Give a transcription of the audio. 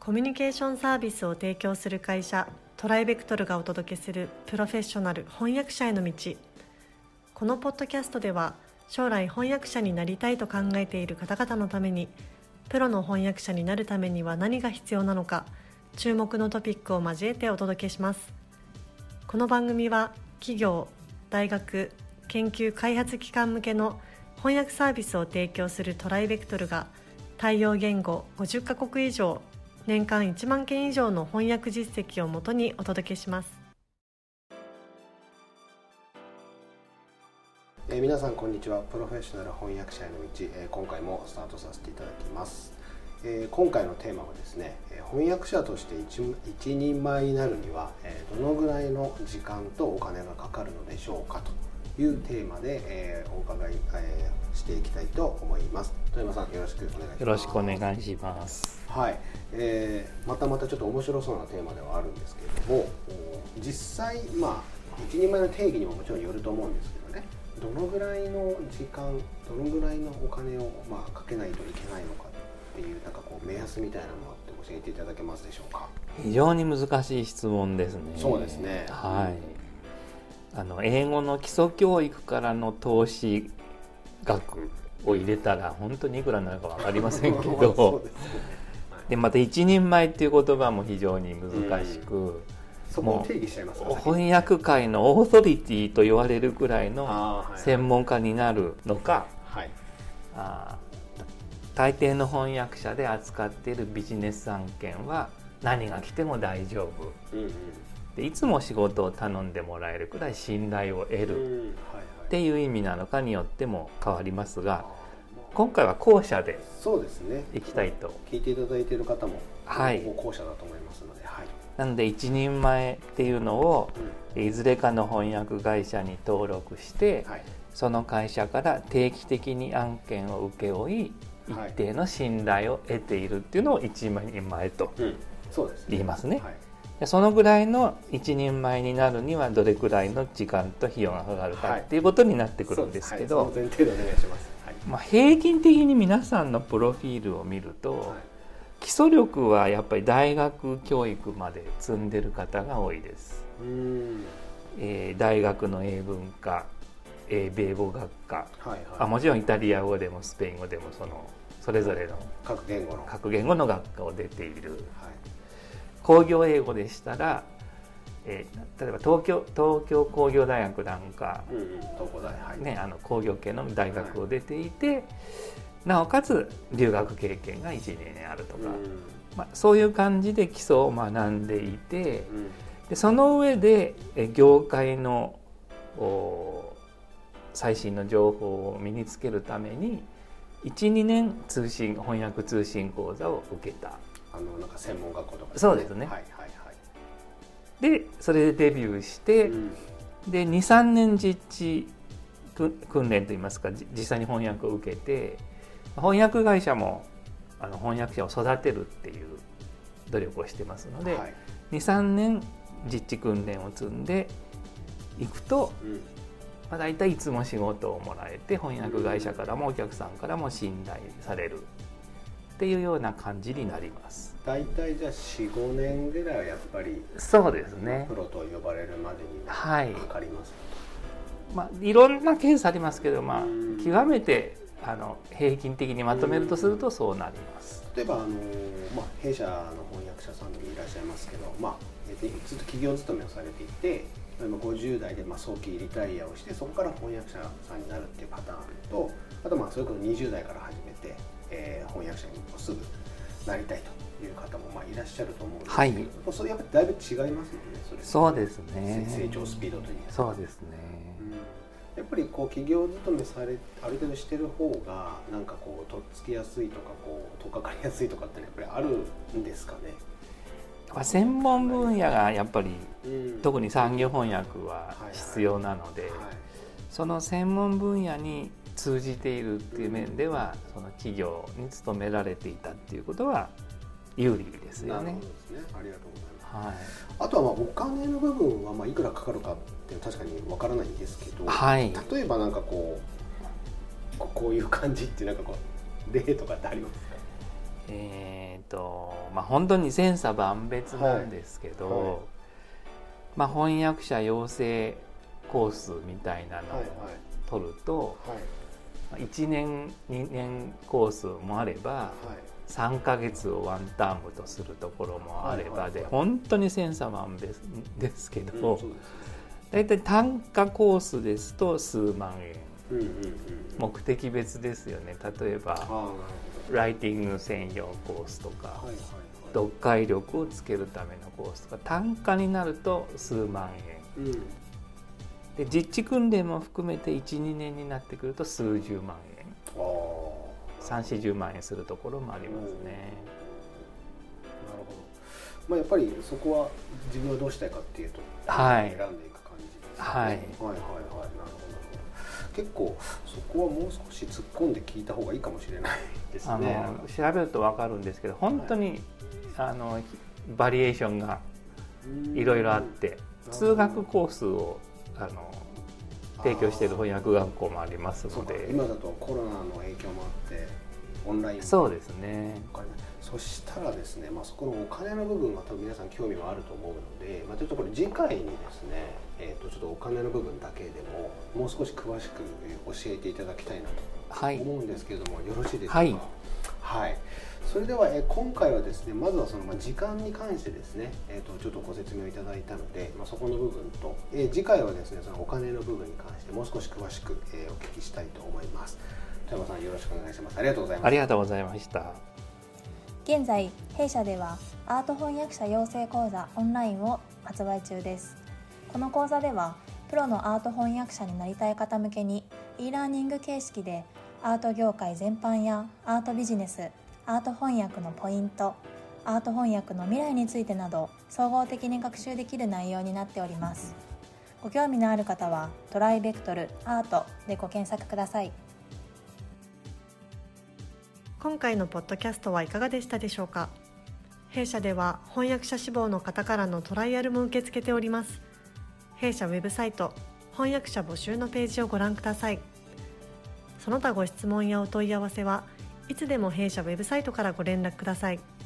コミュニケーションサービスを提供する会社トライベクトルがお届けするプロフェッショナル翻訳者への道。このポッドキャストでは将来翻訳者になりたいと考えている方々のために、プロの翻訳者になるためには何が必要なのか、注目のトピックを交えてお届けします。この番組は企業、大学、研究開発機関向けの翻訳サービスを提供するトライベクトルが対応言語50カ国以上、年間1万件以上の翻訳実績をもとにお届けします。 皆さんこんにちは。プロフェッショナル翻訳者への道、今回もスタートさせていただきます。今回のテーマはですね、翻訳者として一人前になるにはどのぐらいの時間とお金がかかるのでしょうかというテーマでお伺いしていきたいと思います。富山さん、よろしくお願いします。 よろしくお願いします。 はい、またちょっと面白そうなテーマではあるんですけれども、実際一人前の定義にももちろんよると思うんですけどね、どのぐらいの時間、どのぐらいのお金をかけないといけないのかっていう目安みたいなのがあって教えていただけますでしょうか。 非常に難しい質問ですね。 そうですね。 はい。英語の基礎教育からの投資額を入れたら本当にいくらになるか分かりませんけどそうですね。 でまた一人前っていう言葉も非常に難しく、 そこを定義しちゃいますか。 翻訳界のオーソリティと言われるくらいの専門家になるのか、大抵の翻訳者で扱っているビジネス案件は何が来ても大丈夫、でいつも仕事を頼んでもらえるくらい信頼を得るっていう意味なのかによっても変わりますが、今回は後者でいきたいと。 聞いていただいている方も後者だと思いますので、 なので一人前っていうのをいずれかの翻訳会社に登録して、その会社から定期的に案件を請け負い、一定の信頼を得ているっていうのを一人前と言いますね。そのぐらいの一人前になるにはどれくらいの時間と費用がかかるかっていうことになってくるんですけど、 その前提でお願いします。 平均的に皆さんのプロフィールを見ると、基礎力はやっぱり大学教育まで積んでる方が多いです。大学の英文科、米語学科、もちろんイタリア語でもスペイン語でもそれぞれの各言語の学科を出ている。工業英語でしたら、例えば東京工業大学なんか、工業系の大学を出ていて、なおかつ留学経験が 1,2 年あるとか、そういう感じで基礎を学んでいて、でその上で業界の最新の情報を身につけるために 1,2 年翻訳通信講座を受けた。 専門学校とか、 そうですね。でそれでデビューして、で 2,3 年実地訓練といいますか、実際に翻訳を受けて、翻訳会社も翻訳者を育てるっていう努力をしてますので、2,3 年実地訓練を積んでいくと、だいたいいつも仕事をもらえて、翻訳会社からもお客さんからも信頼されるっていうような感じになります。 だいたいじゃあ 4,5 年ぐらいはやっぱりそうですね、 プロと呼ばれるまでにかかります。 いろんなケースありますけど、極めて平均的にまとめるとするとそうなります。 例えば弊社の翻訳者さんでいらっしゃいますけど、ずっと企業勤めをされていて、50代で早期リタイアをして、そこから翻訳者さんになるっていうパターンと、あとそれこそ20代から始めて、翻訳者にすぐなりたいという方もいらっしゃると思うんですけど、それやっぱりだいぶ違いますもんね。 そうですね。 成長スピードという。 そうですね。 やっぱり企業勤めされある程度してる方がとっつきやすいとかとっかかりやすいとかってやっぱりあるんですかね。 専門分野がやっぱり、特に産業翻訳は必要なので、その専門分野に通じているっていう面では、その企業に勤められていたっていうことは有利ですよね。 なるほどですね。ありがとうございます。あとはお金の部分はいくらかかるかって確かにわからないんですけど、例えばこういう感じって例とかってありますか？ 本当に千差万別なんですけど、翻訳者養成コースみたいなのを取ると、1年2年コースもあれば、3ヶ月をワンタームとするところもあればで、本当に千差万別ですけど、だいたい単価コースですと数万円、目的別ですよね。例えばライティング専用コースとか、読解力をつけるためのコースとか、単価になると数万円、で実地訓練も含めて 1,2 年になってくると数十万円、3,40万円するところもありますね。 なるほど。やっぱりそこは自分はどうしたいかっていうと、選んでいく感じですね。はい。なるほど。結構そこはもう少し突っ込んで聞いた方がいいかもしれないですね。 調べると分かるんですけど、本当に、バリエーションがいろいろあって、通学コースを提供している翻訳学校もありますので。 今だとコロナの影響もあってオンライン。 そうですね。 そしたらですね、そこのお金の部分は多分皆さん興味もあると思うので、ちょっとこれ次回にですね、ちょっとお金の部分だけでももう少し詳しく教えていただきたいなと思うんですけれども、よろしいでしょうか。はい。それでは、今回はですね、まずはその、時間に関してですね、ちょっとご説明をいただいたので、そこの部分と、次回はですね、そのお金の部分に関してもう少し詳しく、お聞きしたいと思います。富山さん、よろしくお願いします。ありがとうございます。 ありがとうございました。 現在弊社ではアート翻訳者養成講座オンラインを発売中です。この講座ではプロのアート翻訳者になりたい方向けに e ラーニング形式でアート業界全般やアートビジネス、アート翻訳のポイント、アート翻訳の未来についてなど総合的に学習できる内容になっております。ご興味のある方はトライベクトルアートでご検索ください。 今回のポッドキャストはいかがでしたでしょうか。弊社では翻訳者志望の方からのトライアルも受け付けております。弊社ウェブサイト翻訳者募集のページをご覧ください。その他ご質問やお問い合わせはいつでも弊社ウェブサイトからご連絡ください。